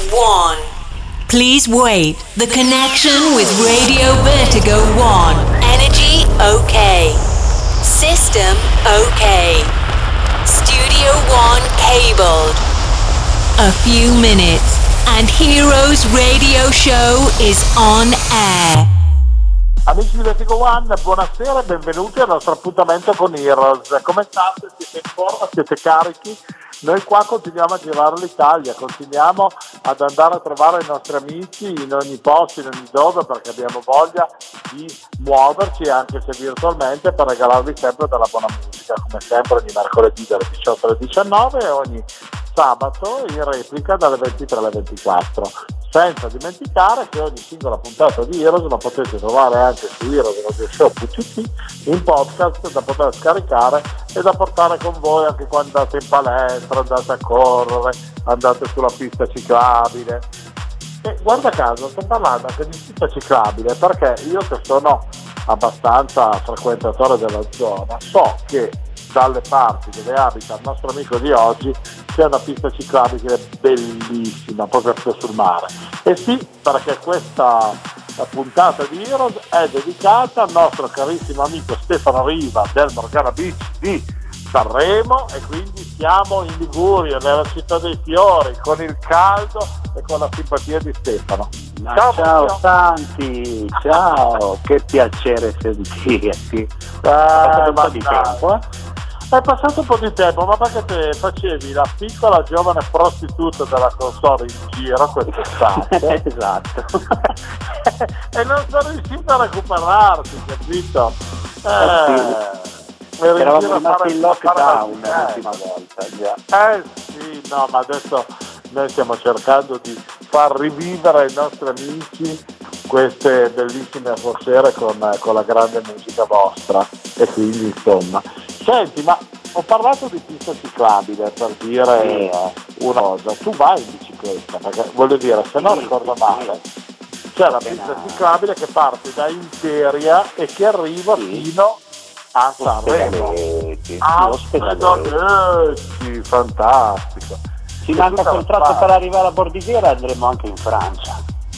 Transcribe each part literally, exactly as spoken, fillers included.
one. Please wait. The connection with Radio Vertigo one. Energy okay. System okay. Studio one cabled. A few minutes and Heroes Radio Show is on air. Amici di Vertigo One, buonasera e benvenuti al nostro appuntamento con Heroes. Come state? Siete in forma? Siete carichi? Noi qua continuiamo a girare l'Italia, continuiamo ad andare a trovare i nostri amici in ogni posto, in ogni dove, perché abbiamo voglia di muoverci, anche se virtualmente, per regalarvi sempre della buona musica, come sempre ogni mercoledì dalle diciotto alle diciannove e ogni sabato in replica dalle ventitré alle ventiquattro. Senza dimenticare che ogni singola puntata di Heroes la potete trovare anche su heroes radio show punto it in podcast da poter scaricare e da portare con voi anche quando andate in palestra, andate a correre, andate sulla pista ciclabile. E guarda caso, sto parlando anche di pista ciclabile perché io che sono abbastanza frequentatore della zona so che dalle parti dove abita il nostro amico di oggi c'è una pista ciclabile bellissima proprio sul mare. E sì, perché questa puntata di Heroes è dedicata al nostro carissimo amico Stefano Riva del Morgana Beach di Sanremo, e quindi siamo in Liguria, nella città dei fiori, con il caldo e con la simpatia di Stefano. Ciao, ciao Santi, ciao, che piacere sentirti. Eh, un po' di tempo, eh? È passato un po' di tempo, ma perché te facevi la piccola giovane prostituta della console in giro quest'estate? Esatto. E non sono riuscito a recuperarti, capito? Eh, Eh, sì. Eravamo rimasti in lockdown l'ultima volta, già. Eh sì, no, ma adesso noi stiamo cercando di far rivivere ai nostri amici queste bellissime atmosfere con, con la grande musica vostra, e quindi insomma. Senti, ma ho parlato di pista ciclabile per dire sì. una cosa. Tu vai in bicicletta, perché voglio dire, se non sì, ricordo sì, male, c'è la Appena... pista ciclabile che parte da Imperia e che arriva sì. fino a Sanremo. Ah, Ospedaletti, fantastico. Ci manca il contratto per arrivare a Bordighera e andremo anche in Francia.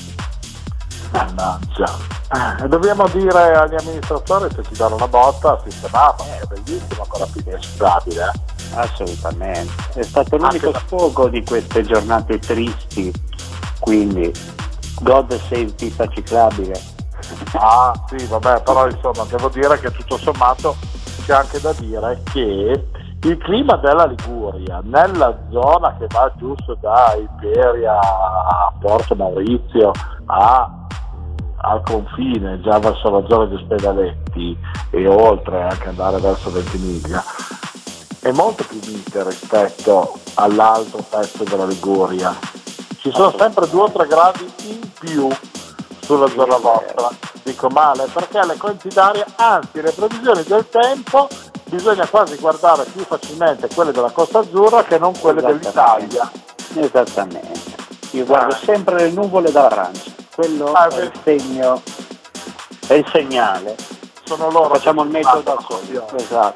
Mannaggia. Eh, dobbiamo dire agli amministratori se ci danno una botta a sistemare, è bellissimo con la pista ciclabile. Eh? Assolutamente. È stato l'unico Anche... sfogo di queste giornate tristi, quindi God save pista ciclabile. Ah sì, vabbè, però insomma devo dire che tutto sommato c'è anche da dire che il clima della Liguria, nella zona che va giusto da Imperia a Porto Maurizio a al confine, già verso la zona di Ospedaletti e oltre, anche andare verso Ventimiglia, è molto più mite rispetto all'altro pezzo della Liguria. Ci sono sempre due o tre gradi in più sulla zona vostra. Dico male, perché le correnti d'aria, anzi le previsioni del tempo, bisogna quasi guardare più facilmente quelle della Costa Azzurra che non quelle dell'Italia. Esattamente. Io guardo eh. sempre le nuvole da Francia. Quello ah, è il segno, è il segnale. Sono loro. Facciamo il metodo da soli. Esatto.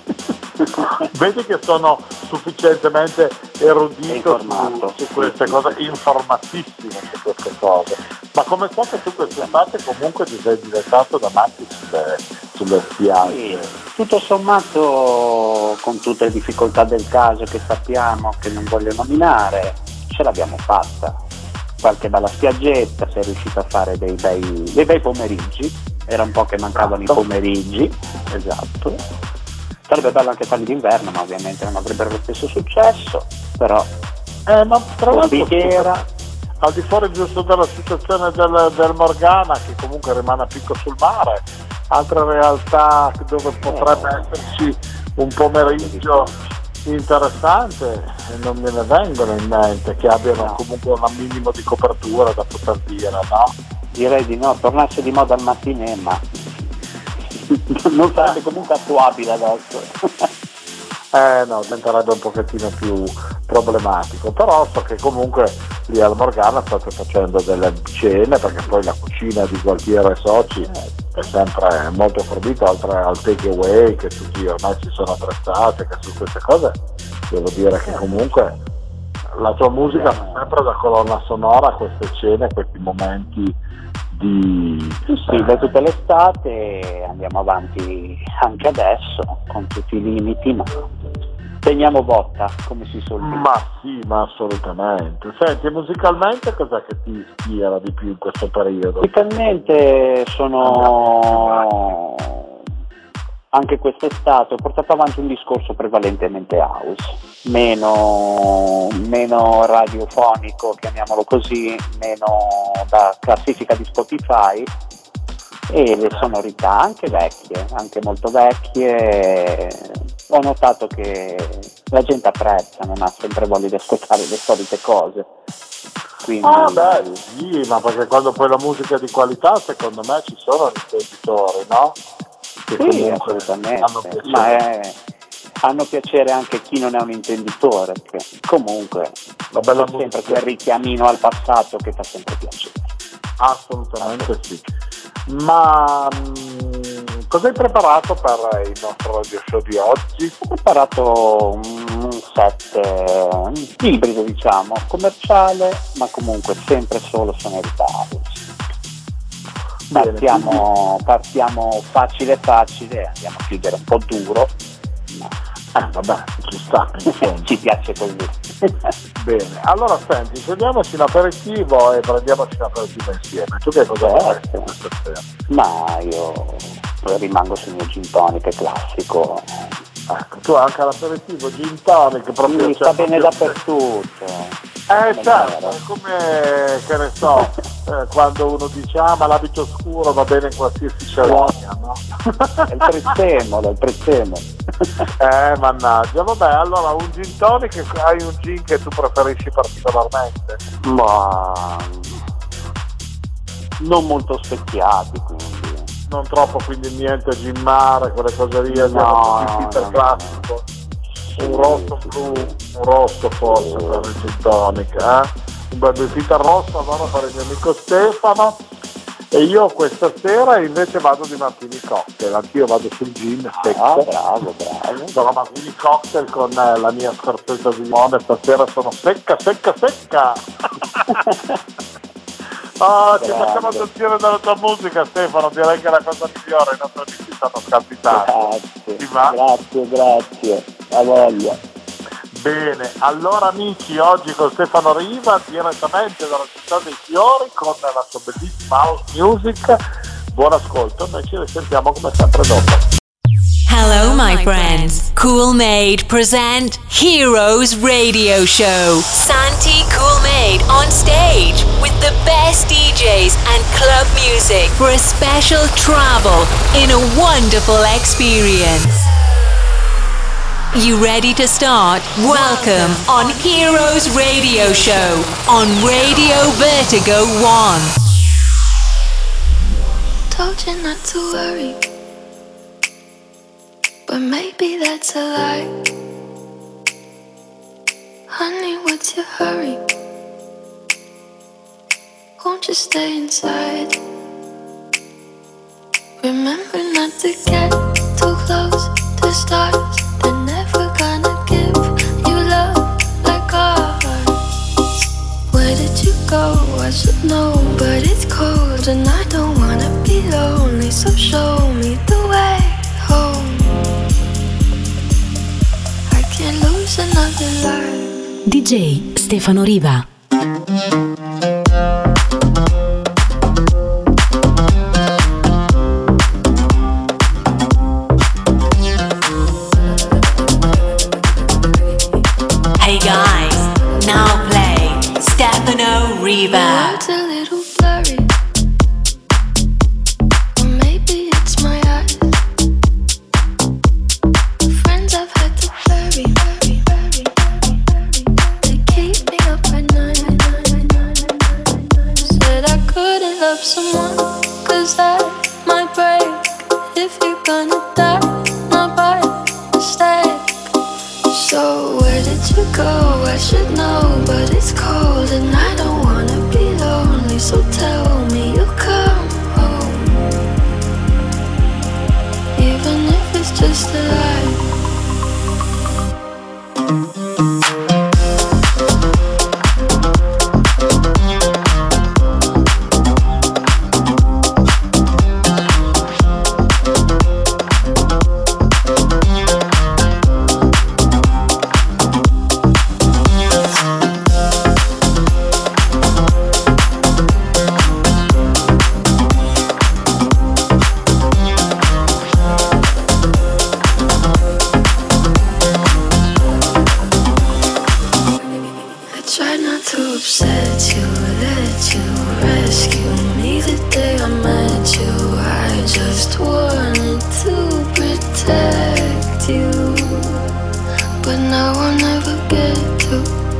Vedi che sono sufficientemente erudito su, su queste cose, informatissimo su queste cose. Ma come so che tu quest'estate comunque ti sei diventato da matti sulle, sulle spiagge. Sì. Tutto sommato, con tutte le difficoltà del caso che sappiamo, che non voglio nominare, ce l'abbiamo fatta. Qualche bella spiaggetta, sei riuscito a fare dei bei, dei bei pomeriggi, era un po' che mancavano i pomeriggi, esatto. Sarebbe bello anche farli d'inverno, ma ovviamente non avrebbero lo stesso successo, però eh, ma tra l'altro era... al di fuori giusto della situazione del, del Morgana, che comunque rimane a picco sul mare, altre realtà dove potrebbe eh. esserci un pomeriggio interessante e non me ne vengono in mente, che abbiano no. comunque un minimo di copertura da poter dire, no? Direi di no, tornasse di moda al mattinè, ma non sarebbe comunque attuabile adesso. Eh no, diventerebbe un pochettino più problematico, però so che comunque lì al Morgana state facendo delle cene, perché poi la cucina di Gualtiero e Soci è sempre molto forbita, oltre al take away che tutti ormai si sono attrezzati, che su queste cose devo dire che comunque la tua musica fa sempre da colonna sonora a queste scene, a questi momenti di... Sì, sì, da tutta l'estate andiamo avanti anche adesso, con tutti i limiti, ma teniamo botta, come si suol dire. Ma sì, ma assolutamente. Senti, musicalmente cos'è che ti ispira di più in questo periodo? Musicalmente sono... Anche quest'estate ho portato avanti un discorso prevalentemente house, meno, meno radiofonico, chiamiamolo così, meno da classifica di Spotify, e le sonorità anche vecchie, anche molto vecchie. Ho notato che la gente apprezza, non ha sempre voglia di ascoltare le solite cose. Quindi... Ah beh, sì, ma perché quando poi la musica è di qualità, secondo me ci sono gli intenditori, no? Che sì, assolutamente, hanno ma è, hanno piacere anche chi non è un intenditore, che comunque la bella c'è sempre quel richiamino al passato che fa sempre piacere. Assolutamente sì. Ma mh, cosa hai preparato per il nostro radio show di oggi? Ho preparato un set un ibrido, diciamo, commerciale, ma comunque sempre solo sonorità. Partiamo, partiamo facile facile, andiamo a chiudere un po' duro, ma eh, vabbè, ci sta, ci piace così. Bene, allora senti, prendiamoci un aperitivo e prendiamoci un aperitivo insieme. Tu che cosa fai questa sera? Ma io rimango sul mio gin tonic classico. Ecco, tu anche l'aperitivo gin tonic proprio, mi sta bene dappertutto. Eh certo, è come, che ne so, eh, quando uno dice ah ma l'abito scuro va bene in qualsiasi cerimonia, no? È il prezzemolo, è il prezzemolo. Eh mannaggia, vabbè, allora un gin tonic, hai un gin che tu preferisci particolarmente? Ma non molto speziati, quindi. Non troppo, quindi niente gin mare, quelle cose lì, no, no, no, classico. Un rosso blu, un rosso forse sì. Per il gin tonic, eh? Un bel bifita rosso allora per il mio amico Stefano, e io questa sera invece vado di martini cocktail, anch'io vado sul gin secco. Ah, bravo, bravo. Sono martini cocktail con eh, la mia scorzetta di limone, stasera sono secca, secca, secca! Oh, ci facciamo attenzione dalla tua musica, Stefano, direi che è la cosa migliore, i nostri amici stanno scalpitando. Grazie, grazie, grazie, a voglia. Bene, allora amici, oggi con Stefano Riva, direttamente dalla città dei fiori, con la sua bellissima house music. Buon ascolto, noi ci risentiamo come sempre dopo. Hello, my friends. Cool Made present Heroes Radio Show. Santi Cool Made on stage with the best D Js and club music for a special travel in a wonderful experience. You ready to start? Welcome on Heroes Radio Show on Radio Vertigo One. Told you not to worry, but maybe that's a lie. Honey, what's your hurry? Won't you stay inside? Remember not to get too close to stars. They're never gonna give you love like ours. Where did you go? I should know, but it's cold and I don't wanna be lonely. So show me the way home. I can't lose another life. D J Stefano Riva. Hey guys, now play Stefano Riva. It's a little blurry, or maybe it's my eyes. Friends I've had to bury, bury, bury, bury. They keep me up at night. Said I couldn't love someone, cause that might break. If you're gonna die, not by mistake. So where did you go? I should know, but it's cold and I don't wanna be lonely. So tell me you'll come home, even if it's just a lie. Tried not to upset you, let you rescue me the day I met you. I just wanted to protect you, but now I'll never get to.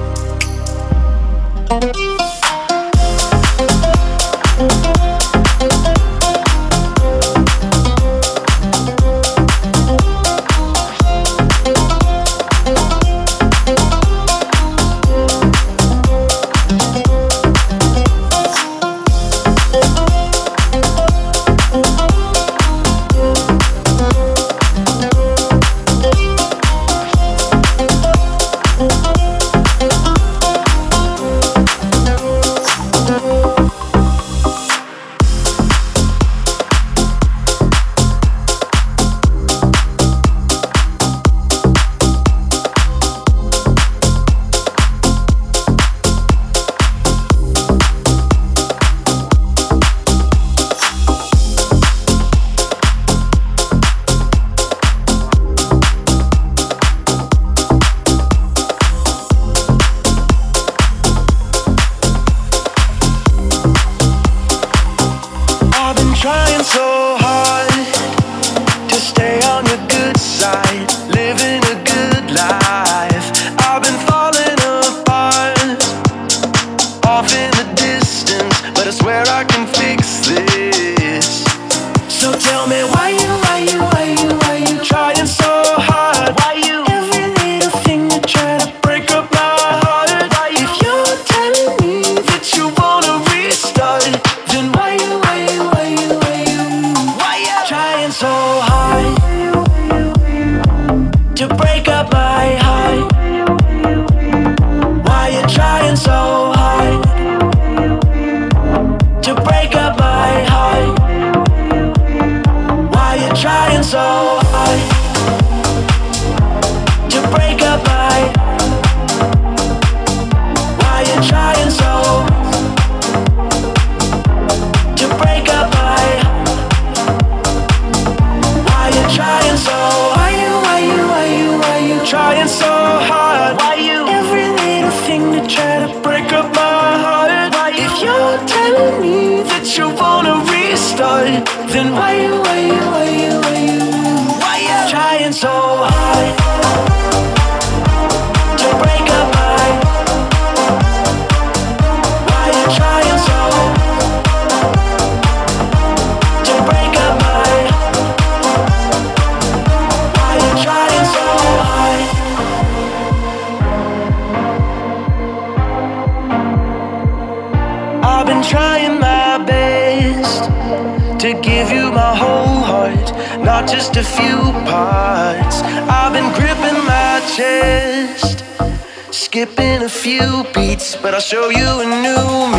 Just a few parts. I've been gripping my chest, skipping a few beats, but I'll show you a new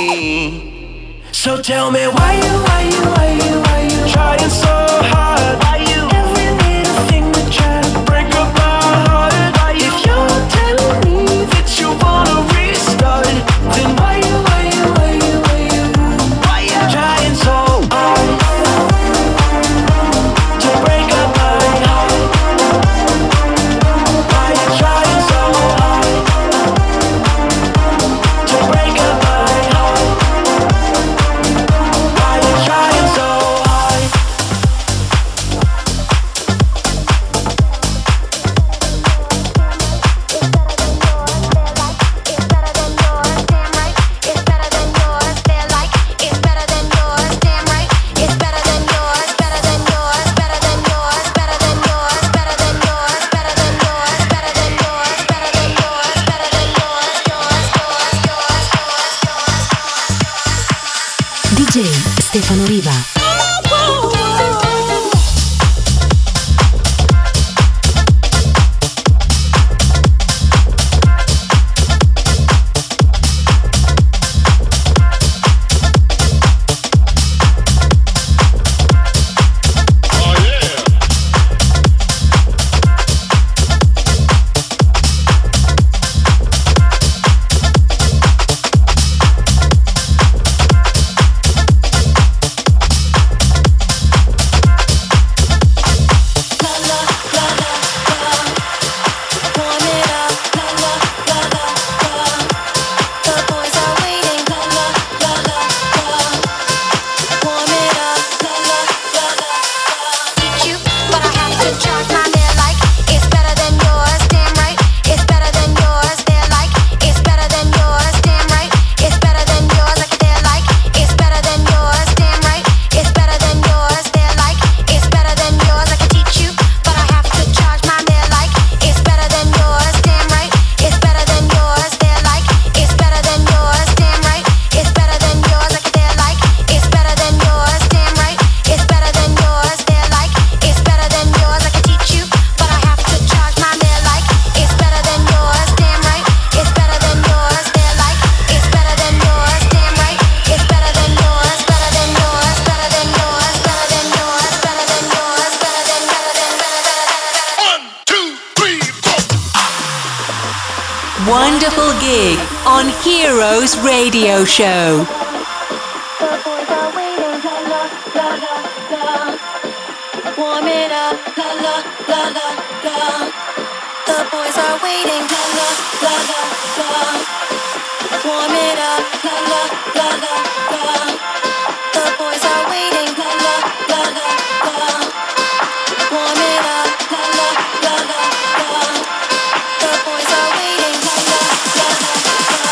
me. So tell me why you, why you, why you, why you trying so hard? Why you every little thing to try to break up my heart? Why you, if you're telling me that you wanna restart, then why you, why you, why you, why you, why you trying so hard? Stefano Riva. full gig on Heroes Radio Show. Warm it up, la la la la la. The boys are waiting, la la la la la. Warm it up, la la la la la. The boys are waiting, la la la la la. Warm it up, la la la la la. The boys are waiting, la la la la la.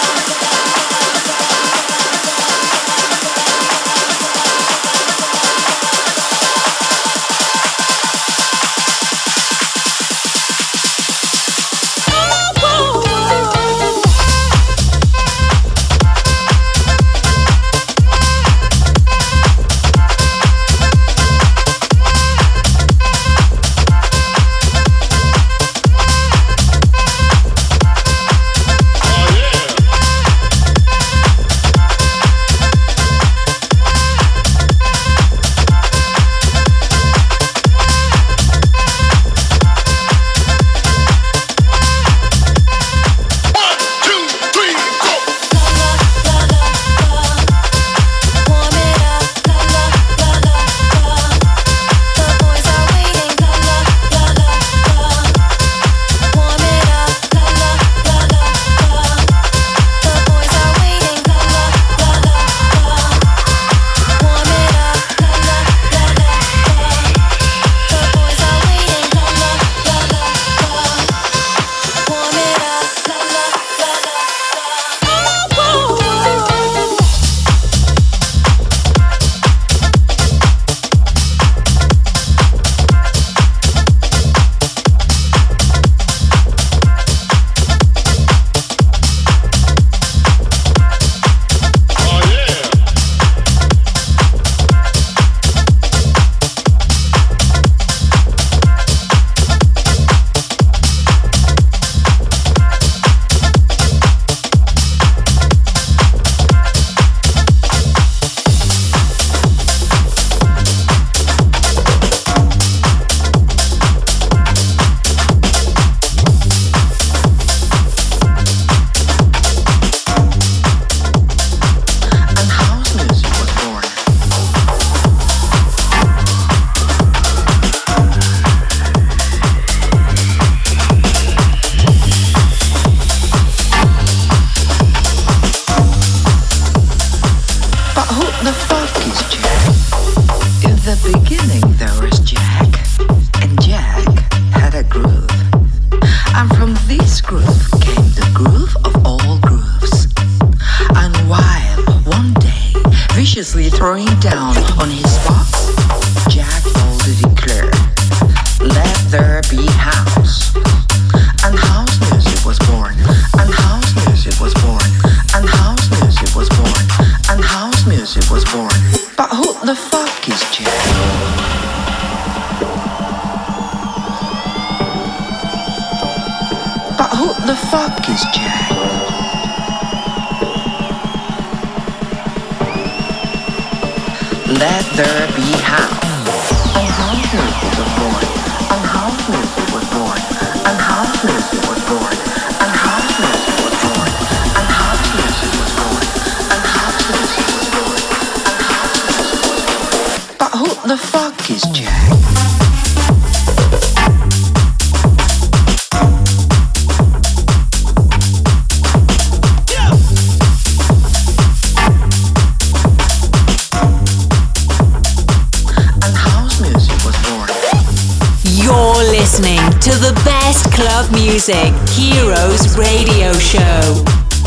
Music, Heroes Radio Show.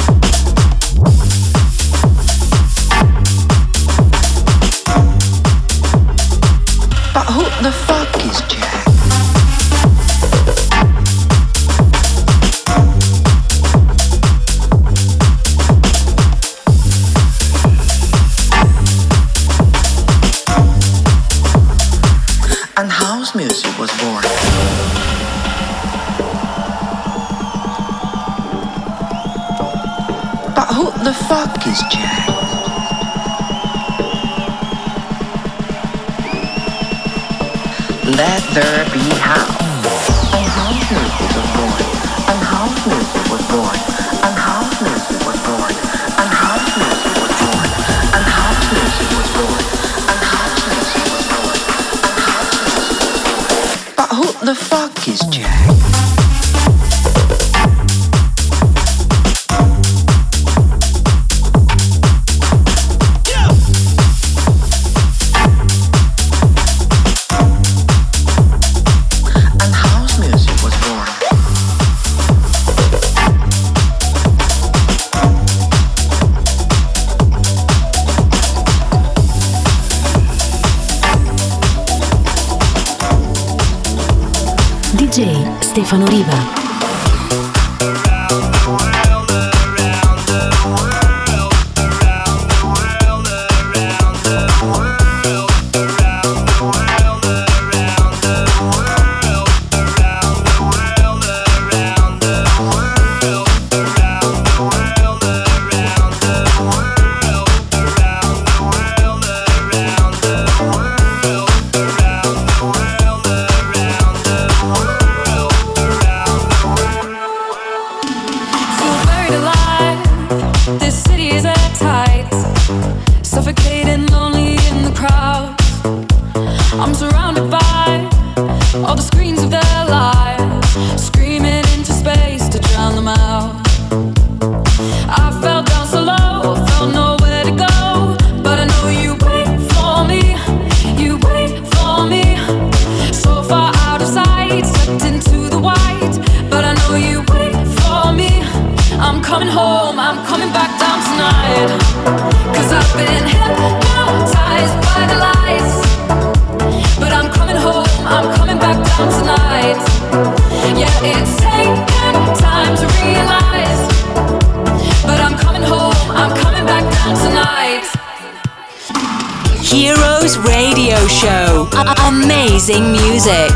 But who the fuck is Jack? And house music was born. Who the fuck is Jack? Let there be house. And house music was born. And house music was born. And house fuck is Jack? D J Stefano Riva. Heroes Radio Show. Amazing music.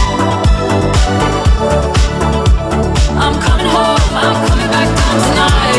Tonight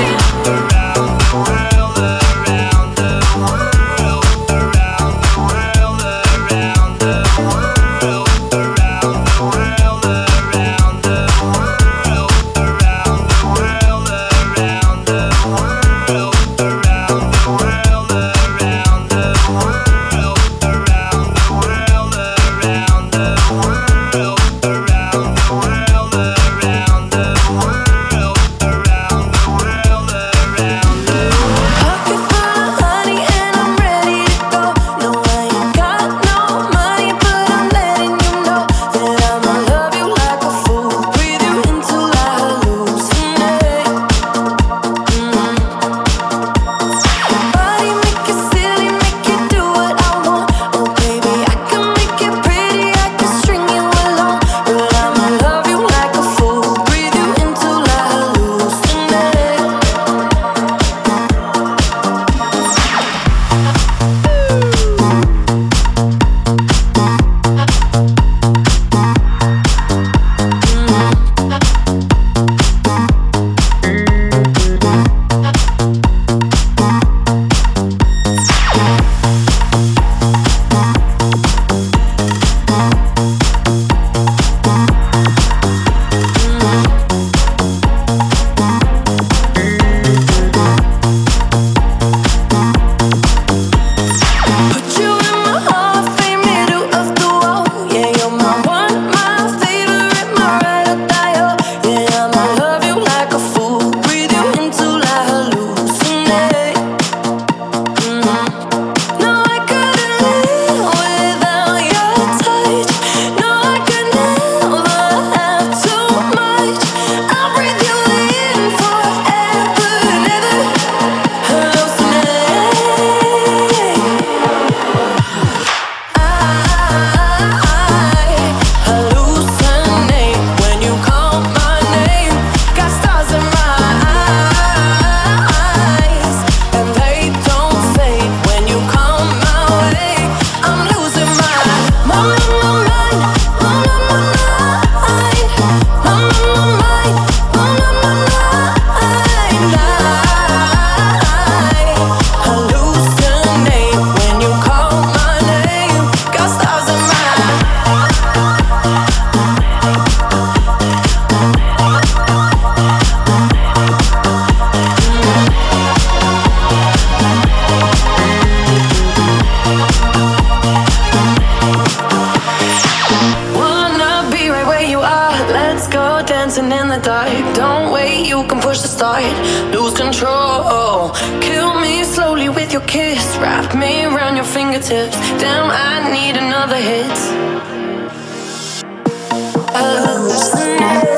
fingertips. Damn, I need another hit. Hallucinate.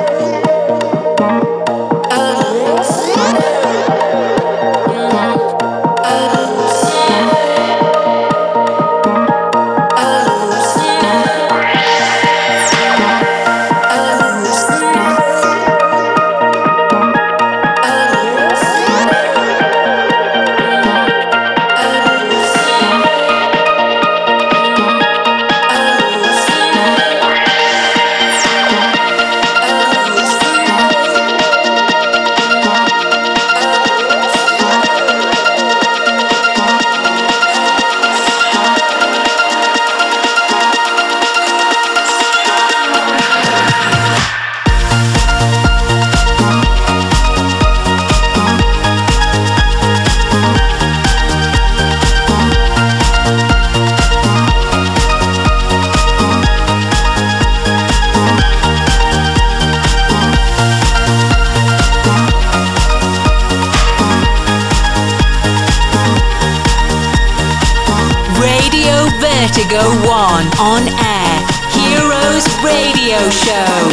Vertigo One on air. Heroes Radio Show.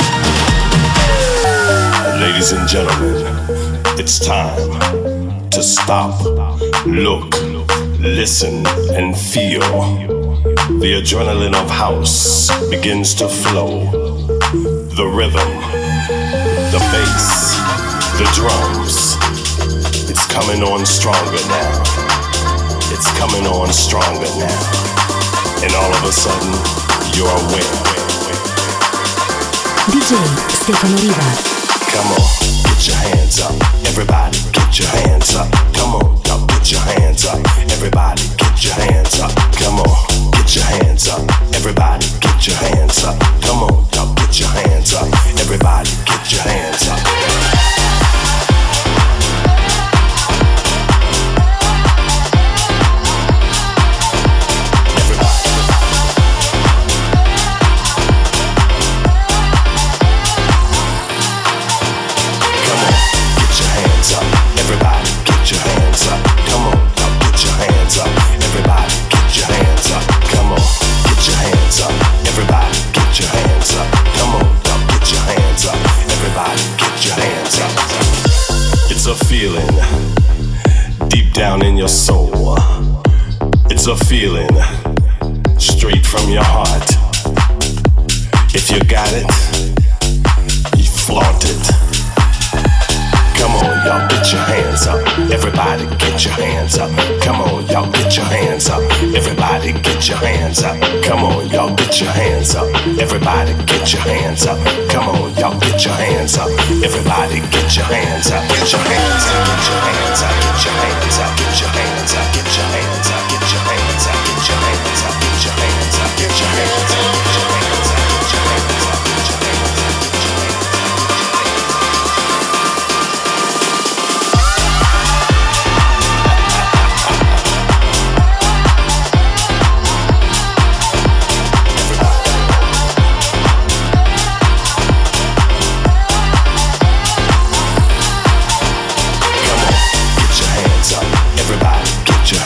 Ladies and gentlemen, it's time to stop, look, listen, and feel. The adrenaline of house begins to flow. The rhythm, the bass, the drums. It's coming on stronger now. It's coming on stronger now. And all of a sudden, you're aware. D J Stefano Riva. Come on, get your hands up. Everybody, get your hands up. Come on, now put your hands up. Everybody, get your hands up. Come on, get your hands up. Everybody, get your hands up. Come on, now put your hands up. Everybody, get your hands up. A feeling deep down in your soul. It's a feeling straight from your heart. If you got it, you flaunt it. Come on, y'all, get your hands up. Everybody, get your hands up. Come on, y'all, get your hands up. Everybody, get your hands up. Come on, y'all, get your hands up. Everybody, get your hands up. Come on, y'all, get your hands up. Everybody, get your hands up. Get your hands up. Get your hands up. Get your hands up. Get your hands up. Get your hands up. Get your hands up. Get your hands up. Get your hands up. Get your hands up. Get your hands up. Get your hands up. Get your hands up. Get your hands up. Everybody, get your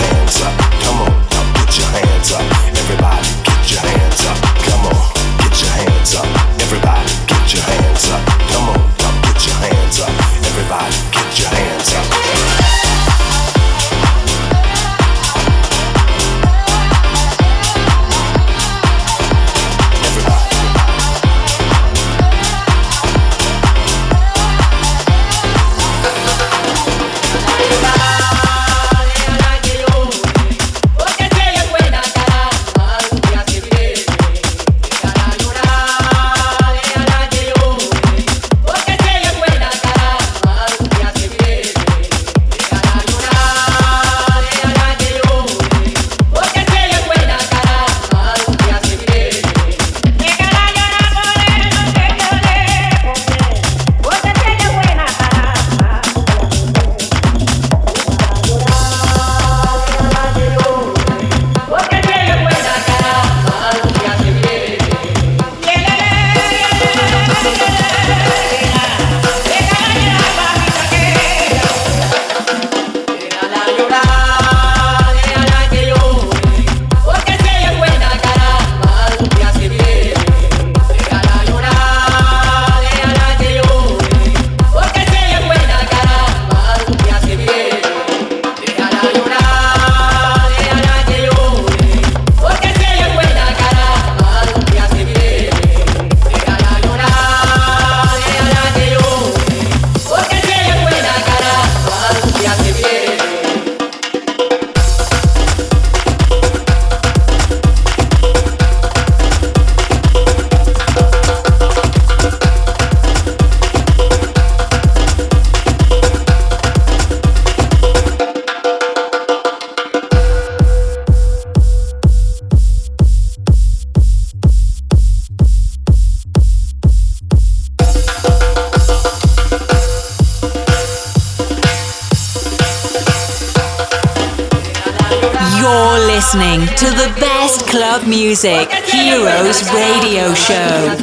listening to the best club music, Heroes Radio Show.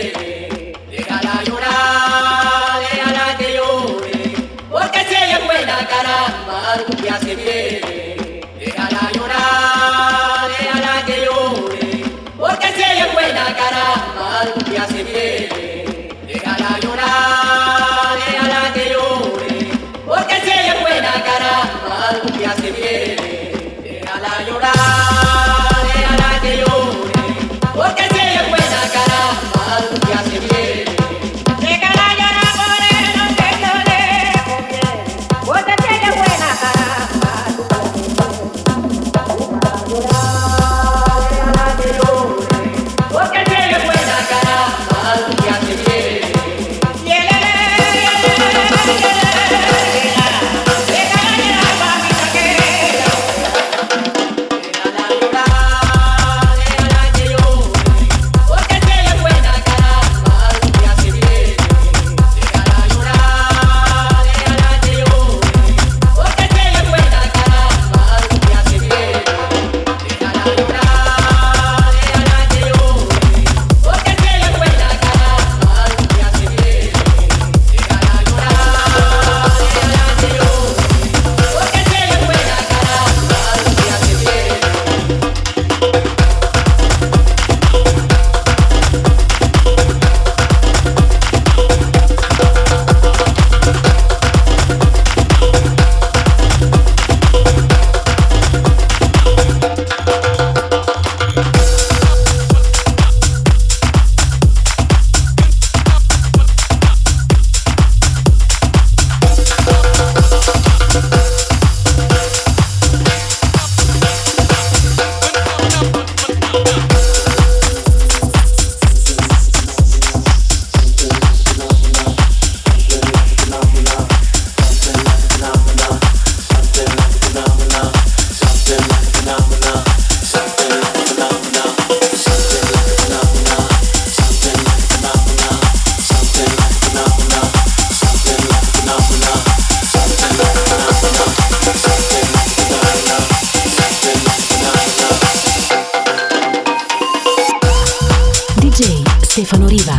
Stefano Riva.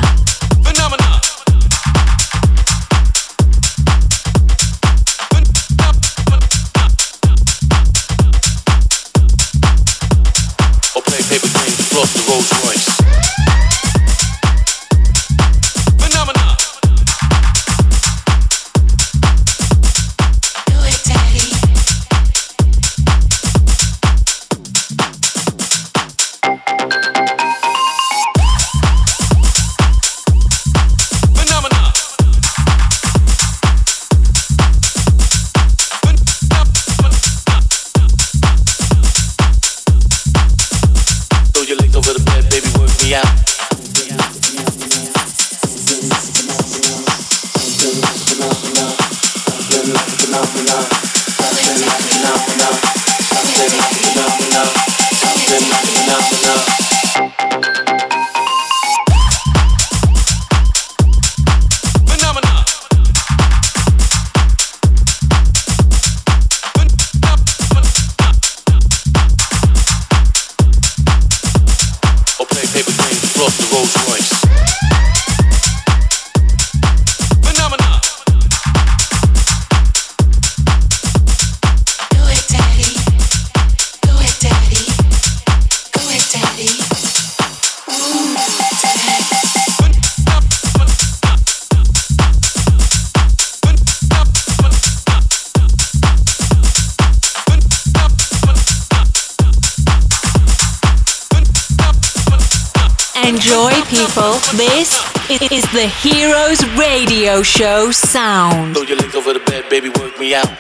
Enjoy, people. This is the Heroes Radio Show sound. Throw your legs over the bed, baby, work me out.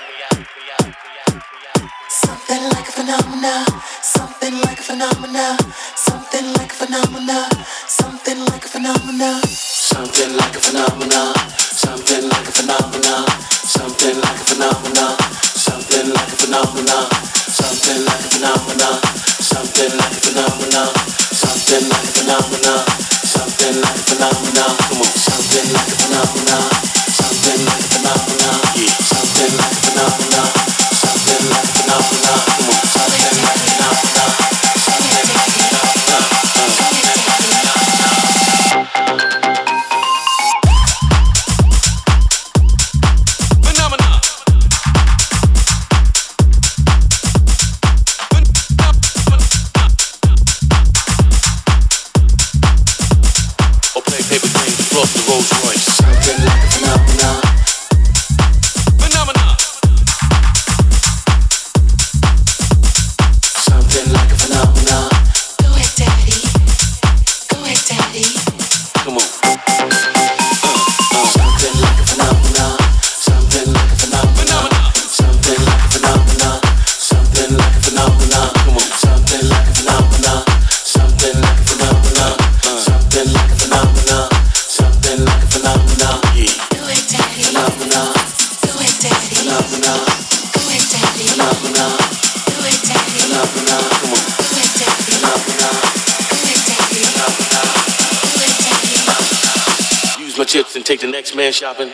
Something like a phenomena, something like a phenomena, something like a phenomena, something like a phenomena, something like a phenomena, something like a phenomena, something like a phenomena, something like a phenomena, something like a phenomena, something like a phenomena, something like a phenomena, something like a phenomena, come on, something like a phenomena, something like a phenomena, yeah, something like a phenomena, something like a phenomena, come on, something like a phenomena. chips and take the next man shopping.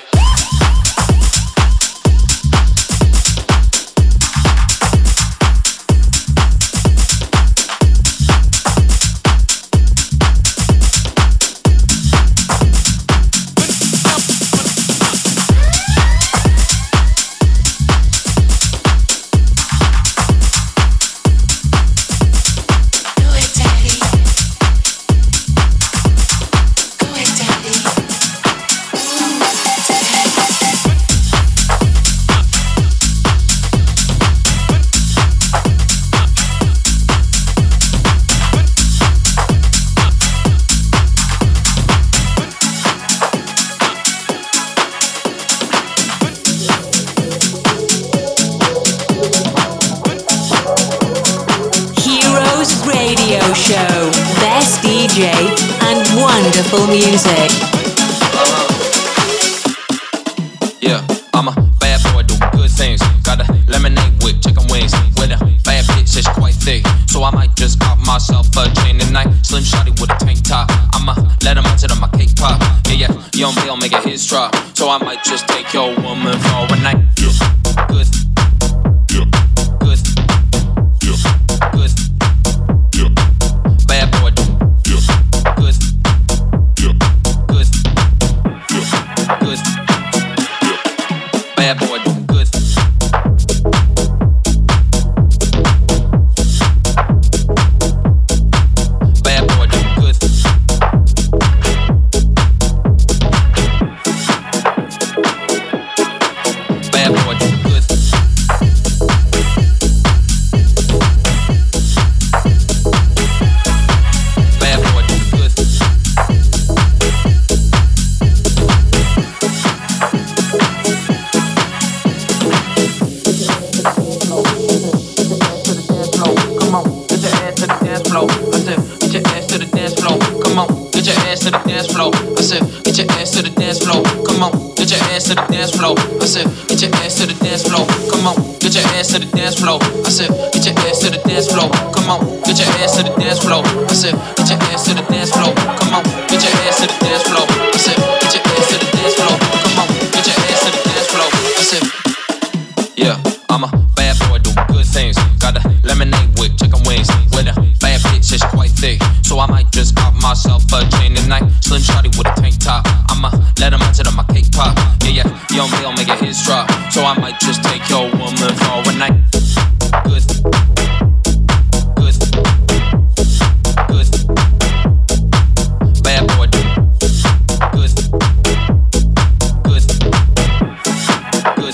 Show, best D J and wonderful music. Uh-huh. Yeah, I'm a bad boy, do good things. Got a lemonade with chicken wings. With a bad bitch, it's quite thick. So I might just cop myself a chain tonight. Slim shawty with a tank top. I'ma let him into my cake pop. Yeah, yeah, young Bill make a his drop. So I might just take your woman for a night. Yeah. Good. Yeah. Good. Yeah. Good. Bad boy, do yeah. Good, yeah. Good, yeah. Good, yeah. Bad boy, do good. Bad boy, do good. Bad boy, do good. to the dance floor. I said, get your ass to the dance floor. Come on, get your ass to the dance floor. I said, get your ass to the dance floor. Come on, get your ass to the dance floor. I said, get your ass to the dance floor. Come on, get your ass to the dance floor. I said, get your ass to the dance floor. Come on, get your ass to the dance floor. I said, get your ass to the dance floor. Come on, get your ass to the dance floor. I said, yeah, I'm a bad boy, do good things. Got a lemonade with chicken wings. With a bad bitch, it's quite thick. So I might just pop myself a chain tonight. Slim shawty with a tank top. I'ma let him into my cake pop. Yeah, yeah, young Bill make it his drop. So I might just take your woman for a night. Good. Good. Good. Bad boy, do good. Good. Good.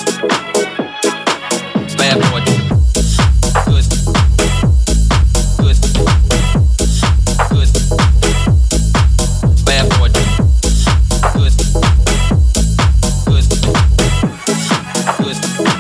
Bad boy, do good. Good. Good. Bad boy, do good. Good. Good.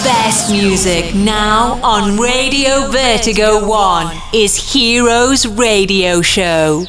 best music now on Radio Vertigo One is Heroes Radio Show.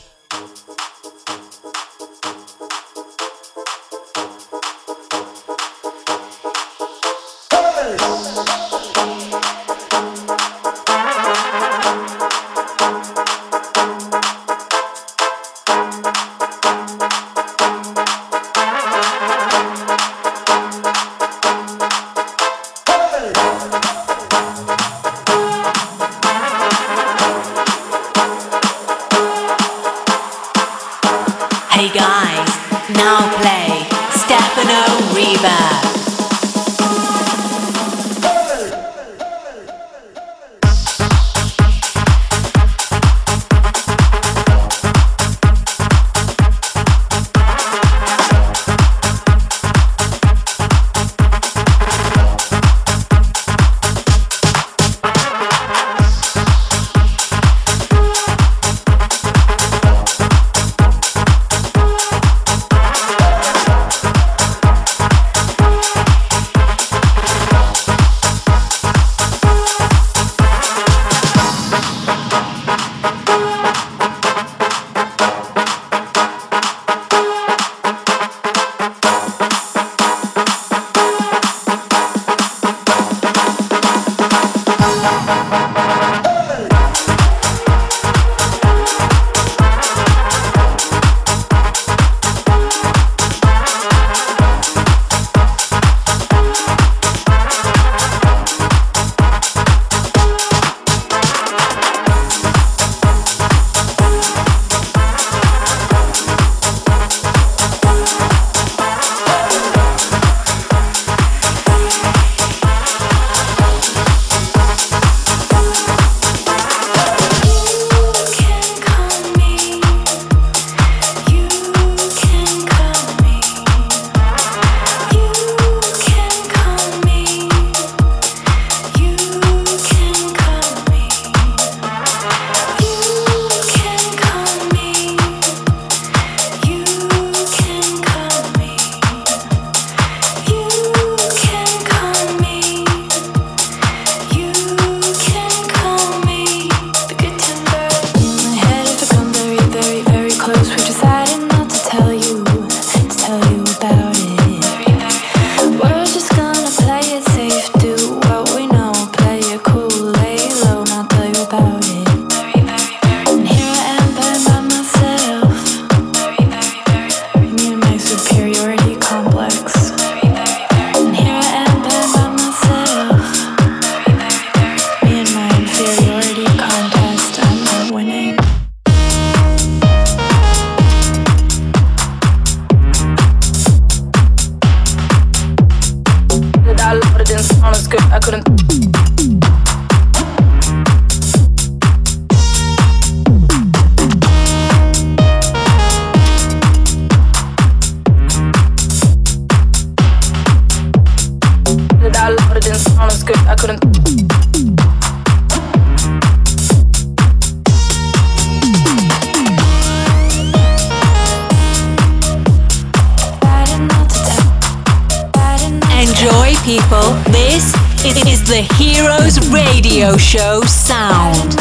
People, this is the Heroes Radio Show sound.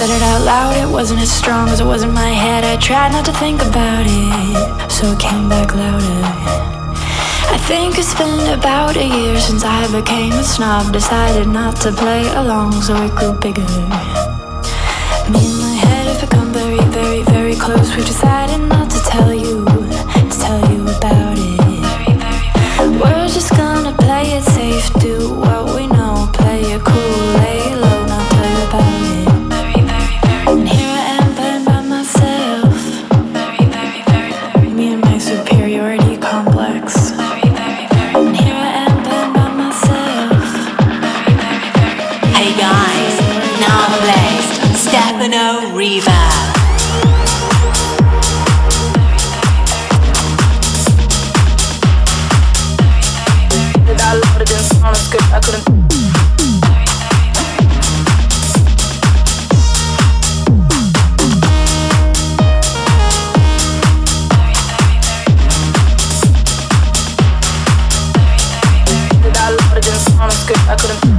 said it out loud, it wasn't as strong as it was in my head. I tried not to think about it, so it came back louder. I think it's been about a year since I became a snob. Decided not to play along, so it grew bigger. Me and my head have become very, very, very close. We've decided not to tell you, to tell you about it. We're just gonna play it safe, do what we know, play it cool, lay low, not tell you about it. And here I am playing by myself, me and my superiority complex. And here I am playing by myself. Hey guys, now I'm blessed. Stefano Riva. I loved it, didn't sound as good, I couldn't. I loved it, didn't sound as good, I couldn't.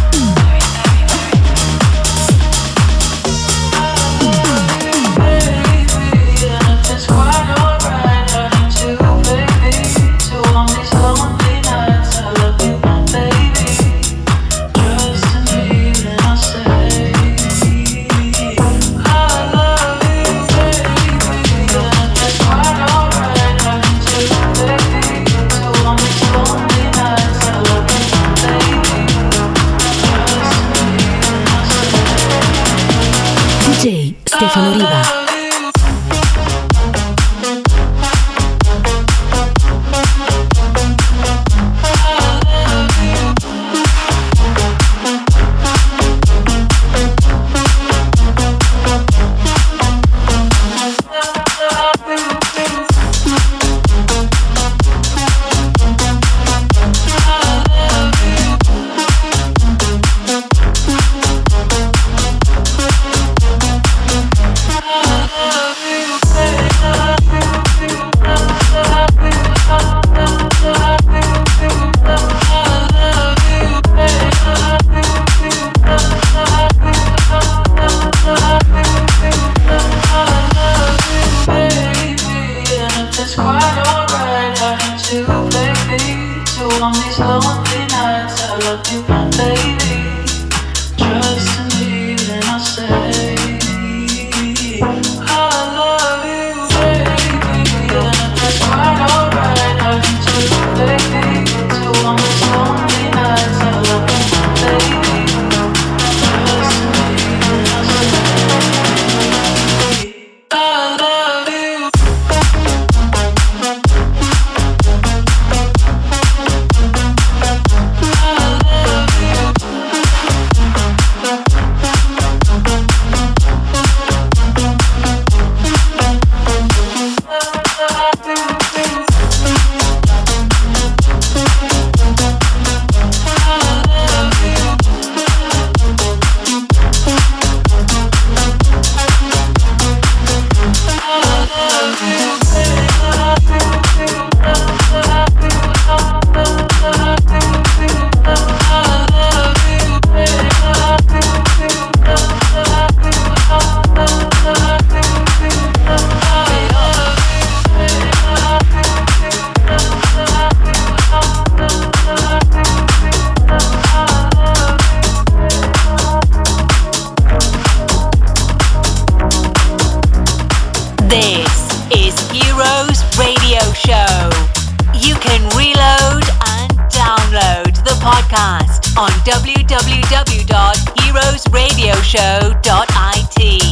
D J Stefano Riva. w w w dot heroes radio show dot i t.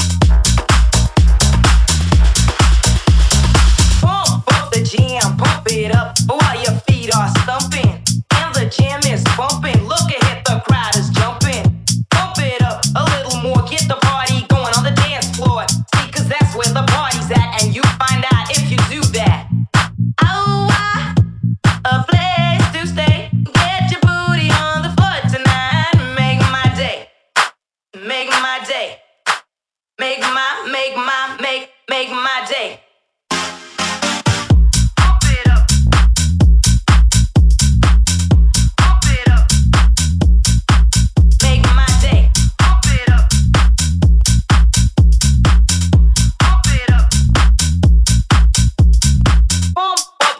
Pump up the jam, pump it up while your feet are stumping. And the jam is bumping, look ahead, the crowd is jumping. Pump it up a little more, get the party going on the dance floor. See, cause that's where the party's at, and you find out if you do that. Oh, I, a place to stay. Get your booty on the floor tonight. Make my day. Make my day. Make my, make my, make, make my day. Pump it up.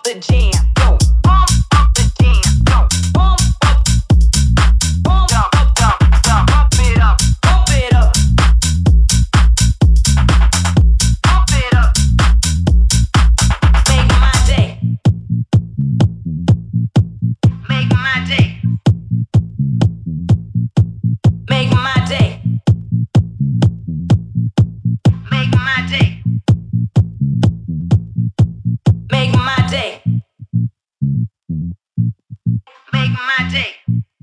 the jam. Yo, pump up the jam. Yo, pump up. Pump up, up, up, pump it up, pump it up. Pump it up. Make my day. Make my day. Make my day. Make my day. Make my day. Make my day.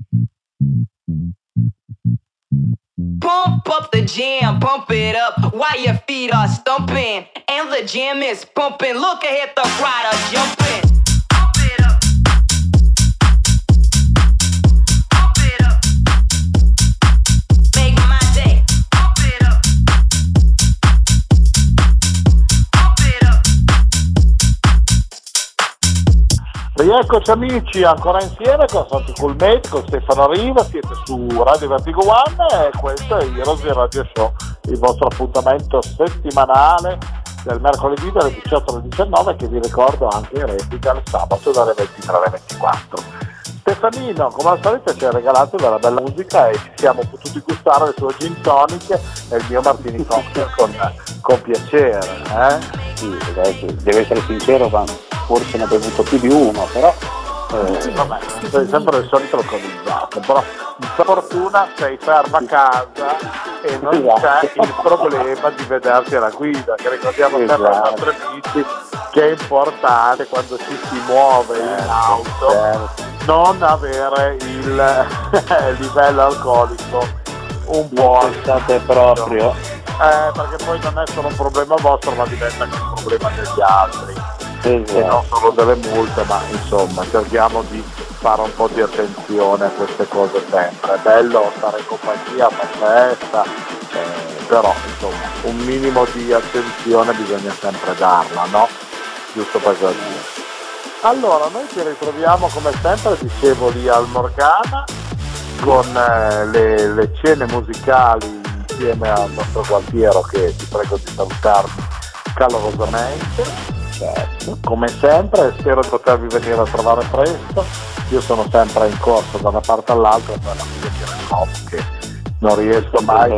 Pump up the jam, pump it up while your feet are stumping. And the jam is pumping. Look ahead, the crowd are jumping. Pump it up. Pump it up. Make my day. Pump it up. Pump it up. Rieccoci amici, ancora insieme con Santi Cool Made, con Stefano Riva, siete su Radio Vertigo One e questo è Heroes Radio Show, il vostro appuntamento settimanale del mercoledì dalle diciotto alle diciannove, che vi ricordo anche in replica il sabato dalle ventitré alle ventiquattro. Stefanino, come al solito, ci ha regalato della bella musica e ci siamo potuti gustare le sue gin tonic e il mio martini cocktail con, con piacere. Eh? Sì, deve essere sincero, ma forse ne ho bevuto più di uno, però eh, vabbè, sei sempre il solito alcolizzato, però per fortuna sei fermo a casa e non c'è il problema di vederti alla guida, che ricordiamo sempre ai nostri amici che è importante quando ci si muove in auto non avere il livello alcolico un po' pensate proprio eh, perché poi non è solo un problema vostro, ma diventa anche un problema degli altri. Esatto. E non solo delle multe, ma insomma cerchiamo di fare un po' di attenzione a queste cose sempre. È bello stare in compagnia, fare festa, eh, però insomma un minimo di attenzione bisogna sempre darla, no? Giusto per così. Allora, noi ci ritroviamo come sempre, dicevo, lì al Morgana con eh, le, le cene musicali insieme al nostro Gualtiero, che ti prego di salutarmi calorosamente. Certo. Come sempre, spero di potervi venire a trovare presto. Io sono sempre in corso da una parte all'altra per la mia dire che non riesco mai.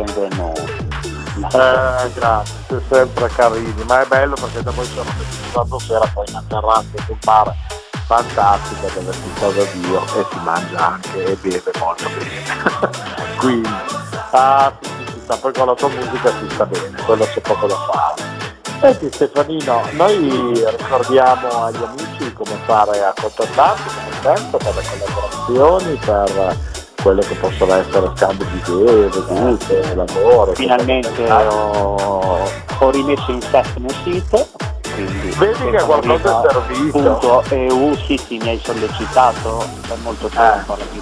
Eh, grazie, siete sempre carini, ma è bello perché da voi sono sabato sera poi in una terrazza sul mare fantastica dove si cosa Dio e si mangia anche e beve molto bene. Quindi, ah, sì, sì, sì, poi con la tua musica si sta bene, quello c'è poco da fare. Senti Stefanino, noi ricordiamo agli amici come fare a contattarci come sempre per le collaborazioni, per quelle che possono essere scambio di idee, vedute, lavoro. Finalmente ho, ho rimesso in set nel sito, quindi vedi che qualcosa è servito. Punto E U, sì sì, mi hai sollecitato per molto tempo alla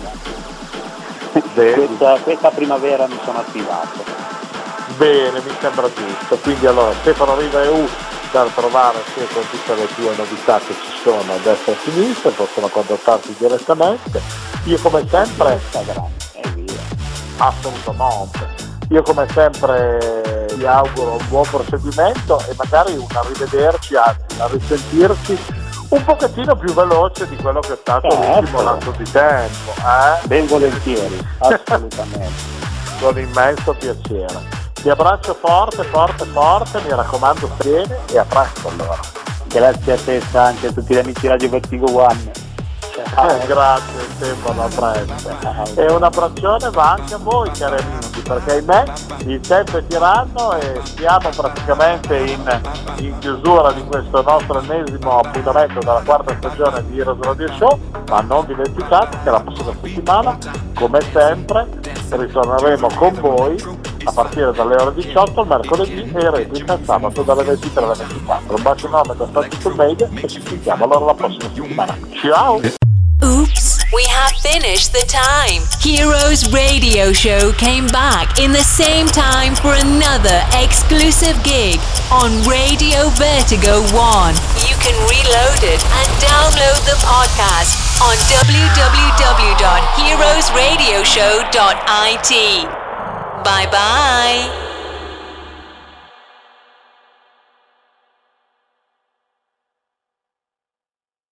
fine. questa, questa primavera mi sono attivato. Bene, mi sembra giusto. Quindi allora Stefano Riva E U per trovare se con tutte le tue novità che ci sono a destra e a sinistra, possono contattarti direttamente. Io come sempre Instagram e via. Assolutamente. Io come sempre vi auguro un buon proseguimento e magari un arrivederci, anzi a risentirci un pochettino più veloce di quello che è stato certo. l'ultimo lasso di tempo. Eh? Ben volentieri, assolutamente. Con immenso piacere. Ti abbraccio forte, forte, forte, mi raccomando bene e a presto allora. Grazie a te Santi e a tutti gli amici Radio Vertigo One. Eh, grazie Stefano, a presto. E un abbraccione va anche a voi cari amici, perché ahimè il tempo è tiranno e siamo praticamente in, in chiusura di questo nostro ennesimo appuntamento della quarta stagione di Heroes Radio Show, ma non dimenticate che la prossima settimana, come sempre, ritorneremo con voi a partire dalle ore diciotto il mercoledì e replica il sabato dalle ventitré alle ventiquattro. Un bacio enorme da Santi Cool Made e ci sentiamo allora la prossima settimana. Ciao! Oops, we have finished the time. Heroes Radio Show came back in the same time for another exclusive gig on Radio Vertigo One. You can reload it and download the podcast on w w w dot heroes radio show dot i t. Bye bye.